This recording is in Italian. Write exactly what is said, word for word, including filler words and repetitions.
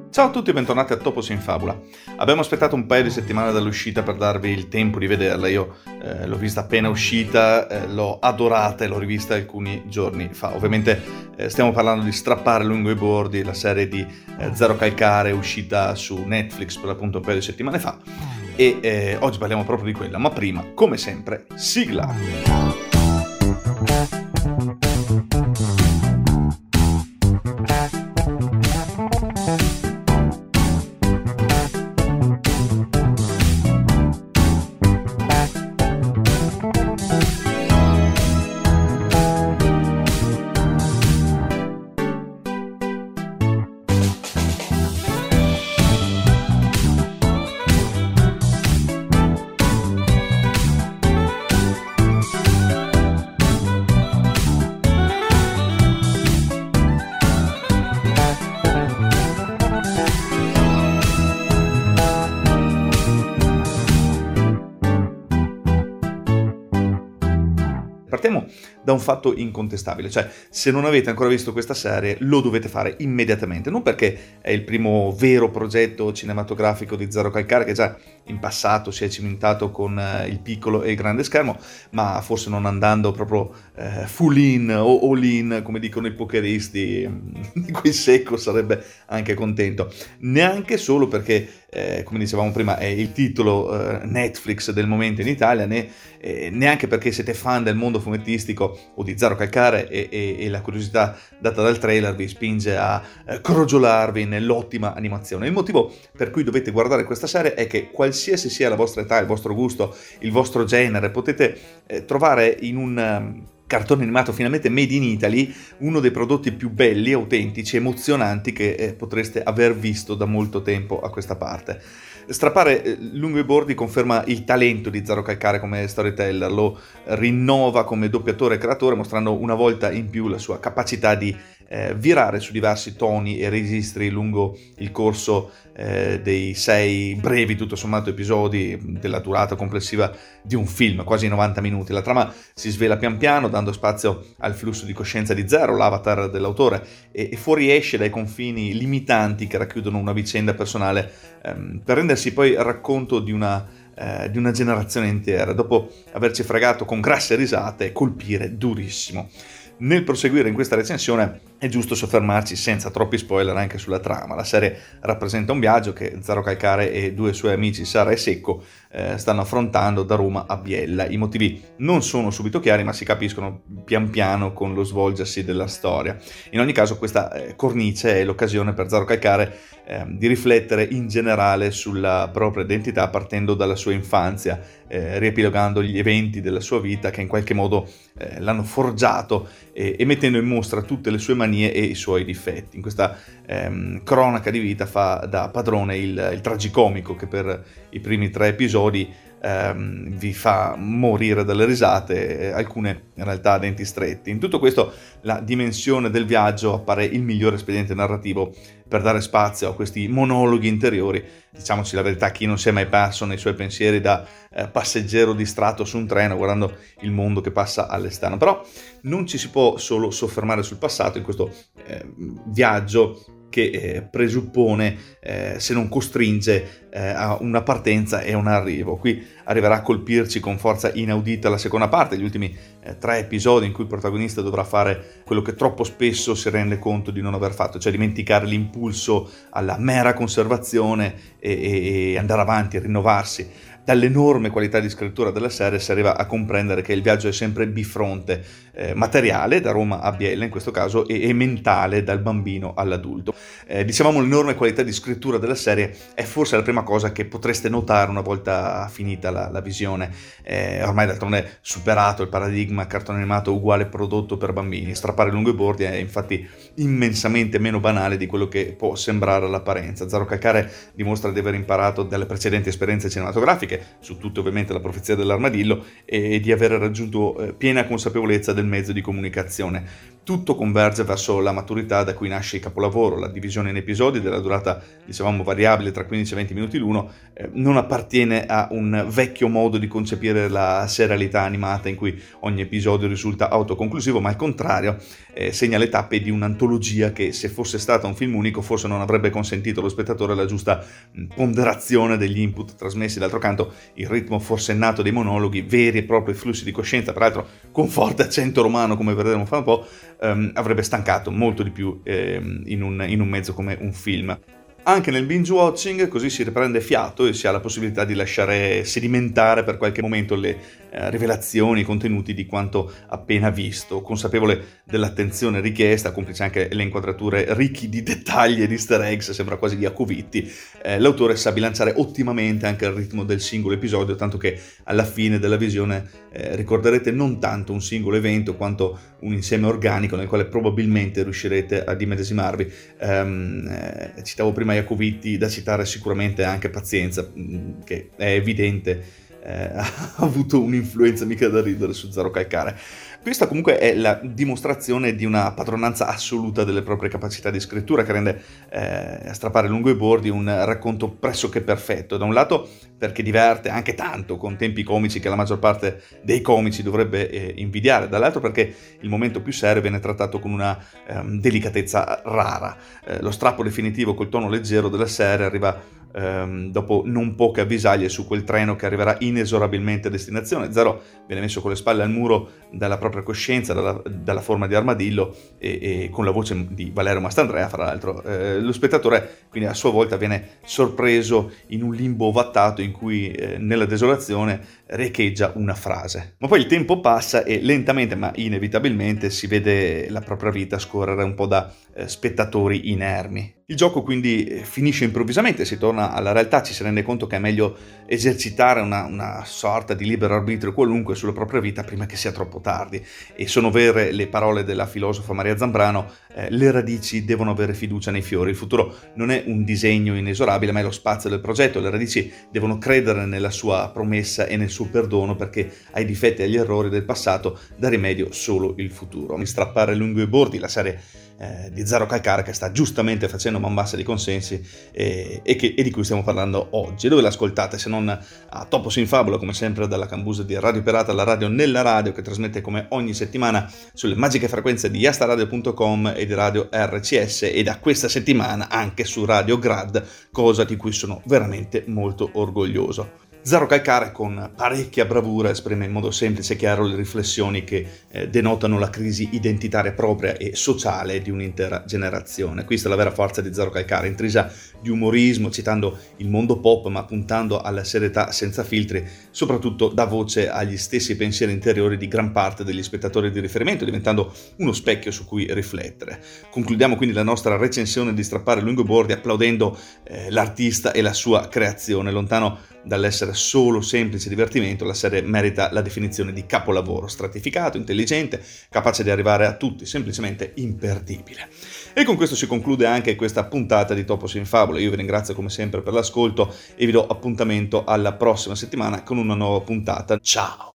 Ciao a tutti e bentornati a Topos in Fabula. Abbiamo aspettato un paio di settimane dall'uscita per darvi il tempo di vederla. Io eh, l'ho vista appena uscita, eh, l'ho adorata e l'ho rivista alcuni giorni fa. Ovviamente eh, stiamo parlando di Strappare lungo i bordi, la serie di eh, Zero Calcare uscita su Netflix per appunto un paio di settimane fa. E eh, oggi parliamo proprio di quella, ma prima, come sempre, sigla! Partiamo da un fatto incontestabile, cioè se non avete ancora visto questa serie lo dovete fare immediatamente, non perché è il primo vero progetto cinematografico di Zero Calcare che già in passato si è cimentato con eh, il piccolo e il grande schermo, ma forse non andando proprio eh, full in o all in come dicono i pokeristi, di cui Secco sarebbe anche contento, neanche solo perché eh, come dicevamo prima è il titolo eh, Netflix del momento in Italia, né, eh, neanche perché siete fan del mondo fumettistico o di Zero Calcare e, e, e la curiosità data dal trailer vi spinge a eh, crogiolarvi nell'ottima animazione. Il motivo per cui dovete guardare questa serie è che qualsiasi sia la vostra età, il vostro gusto, il vostro genere, potete eh, trovare in un um, cartone animato finalmente made in Italy uno dei prodotti più belli, autentici, emozionanti che eh, potreste aver visto da molto tempo a questa parte. Strappare eh, lungo i bordi conferma il talento di Zero Calcare come storyteller, lo rinnova come doppiatore e creatore, mostrando una volta in più la sua capacità di eh, virare su diversi toni e registri lungo il corso eh, dei sei brevi, tutto sommato, episodi della durata complessiva di un film, quasi novanta minuti. La trama si svela pian piano, dando spazio al flusso di coscienza di Zero, l'avatar dell'autore, e, e fuoriesce dai confini limitanti che racchiudono una vicenda personale ehm, per rendersi poi racconto di una, eh, di una generazione intera, dopo averci fregato con grasse risate e colpire durissimo. Nel proseguire in questa recensione è giusto soffermarci senza troppi spoiler anche sulla trama. La serie rappresenta un viaggio che Zero Calcare e due suoi amici Sara e Secco eh, stanno affrontando da Roma a Biella. I motivi non sono subito chiari, ma si capiscono pian piano con lo svolgersi della storia. In ogni caso questa eh, cornice è l'occasione per Zero Calcare eh, di riflettere in generale sulla propria identità partendo dalla sua infanzia, eh, riepilogando gli eventi della sua vita che in qualche modo eh, l'hanno forgiato e, e mettendo in mostra tutte le sue manie e i suoi difetti. In questa ehm, cronaca di vita fa da padrone il, il tragicomico che per i primi tre episodi ehm, vi fa morire dalle risate, eh, alcune in realtà a denti stretti. In tutto questo la dimensione del viaggio appare il migliore espediente narrativo per dare spazio a questi monologhi interiori. Diciamoci la verità, chi non si è mai perso nei suoi pensieri da eh, passeggero distratto su un treno guardando il mondo che passa all'esterno. Però non ci si può solo soffermare sul passato in questo eh, viaggio che eh, presuppone, eh, se non costringe, eh, a una partenza e un arrivo. Qui arriverà a colpirci con forza inaudita la seconda parte, gli ultimi eh, tre episodi in cui il protagonista dovrà fare quello che troppo spesso si rende conto di non aver fatto, cioè dimenticare l'impulso alla mera conservazione e, e, e andare avanti, rinnovarsi. Dall'enorme qualità di scrittura della serie si arriva a comprendere che il viaggio è sempre bifronte, eh, materiale da Roma a Biella in questo caso e, e mentale dal bambino all'adulto. Eh, dicevamo l'enorme qualità di scrittura della serie è forse la prima cosa che potreste notare una volta finita la, la visione. Eh, ormai d'altronde superato il paradigma cartone animato uguale prodotto per bambini. Strappare lungo i bordi è infatti immensamente meno banale di quello che può sembrare all'apparenza. Zero Calcare dimostra di aver imparato dalle precedenti esperienze cinematografiche, su tutte ovviamente La profezia dell'armadillo, e di aver raggiunto eh, piena consapevolezza del mezzo di comunicazione. tutto converge verso la maturità da cui nasce il capolavoro. La divisione in episodi della durata, dicevamo, variabile tra quindici e venti minuti l'uno, eh, non appartiene a un vecchio modo di concepire la serialità animata in cui ogni episodio risulta autoconclusivo, ma al contrario eh, segna le tappe di un'antologia che, se fosse stata un film unico, forse non avrebbe consentito allo spettatore la giusta ponderazione degli input trasmessi. D'altro canto, il ritmo forsennato dei monologhi, veri e propri flussi di coscienza, peraltro con forte accento romano, come vedremo fra un po', ehm, avrebbe stancato molto di più ehm, in, un, in un mezzo come un film. Anche nel binge watching così si riprende fiato e si ha la possibilità di lasciare sedimentare per qualche momento le eh, rivelazioni, i contenuti di quanto appena visto. Consapevole dell'attenzione richiesta, complice anche le inquadrature ricchi di dettagli e di easter eggs, sembra quasi di Acuvitti, eh, l'autore sa bilanciare ottimamente anche il ritmo del singolo episodio, tanto che alla fine della visione eh, ricorderete non tanto un singolo evento quanto un insieme organico nel quale probabilmente riuscirete ad immedesimarvi. Um, eh, citavo prima Iacovitti, da citare sicuramente anche Pazienza, che è evidente eh, ha avuto un'influenza mica da ridere su Zero Calcare. Questa comunque è la dimostrazione di una padronanza assoluta delle proprie capacità di scrittura, che rende eh, a strappare lungo i bordi un racconto pressoché perfetto. Da un lato perché diverte anche tanto, con tempi comici che la maggior parte dei comici dovrebbe eh, invidiare, dall'altro perché il momento più serio viene trattato con una ehm, delicatezza rara. Eh, lo strappo definitivo col tono leggero della serie arriva ehm, dopo non poche avvisaglie su quel treno che arriverà inesorabilmente a destinazione. Zero viene messo con le spalle al muro dalla propria coscienza, dalla, dalla forma di armadillo e, e con la voce di Valerio Mastandrea, fra l'altro. Eh, lo spettatore quindi a sua volta viene sorpreso in un limbo ovattato in cui eh, nella desolazione riecheggia una frase. Ma poi il tempo passa e lentamente ma inevitabilmente si vede la propria vita scorrere un po' da eh, spettatori inermi. Il gioco quindi eh, finisce improvvisamente, si torna alla realtà, ci si rende conto che è meglio esercitare una, una sorta di libero arbitrio qualunque sulla propria vita prima che sia troppo tardi. E sono vere le parole della filosofa Maria Zambrano: eh, le radici devono avere fiducia nei fiori. Il futuro non è un disegno inesorabile, ma è lo spazio del progetto. Le radici devono credere nella sua promessa e nel suo perdono, perché ai difetti e agli errori del passato dà rimedio solo il futuro. Mi strappare lungo i bordi, la serie eh, di Zero Calcare, che sta giustamente facendo man bassa di consensi e, e, che, e di cui stiamo parlando oggi. Dove l'ascoltate se non a Topos in Fabula, come sempre dalla cambusa di Radio Pirata, la radio nella radio, che trasmette come ogni settimana sulle magiche frequenze di yastaradio punto com e di Radio R C S, e da questa settimana anche su Radio Grad, cosa di cui sono veramente molto orgoglioso. Zero Calcare con parecchia bravura esprime in modo semplice e chiaro le riflessioni che eh, denotano la crisi identitaria propria e sociale di un'intera generazione. Questa è la vera forza di Zero Calcare, intrisa di umorismo, citando il mondo pop ma puntando alla serietà senza filtri. Soprattutto dà voce agli stessi pensieri interiori di gran parte degli spettatori di riferimento, diventando uno specchio su cui riflettere. Concludiamo quindi la nostra recensione di Strappare lungo i bordi applaudendo eh, l'artista e la sua creazione. Lontano dall'essere solo semplice divertimento, la serie merita la definizione di capolavoro, stratificato, intelligente, capace di arrivare a tutti, semplicemente imperdibile. E con questo si conclude anche questa puntata di Topos in Fabula. Io vi ringrazio come sempre per l'ascolto e vi do appuntamento alla prossima settimana con una nuova puntata. Ciao!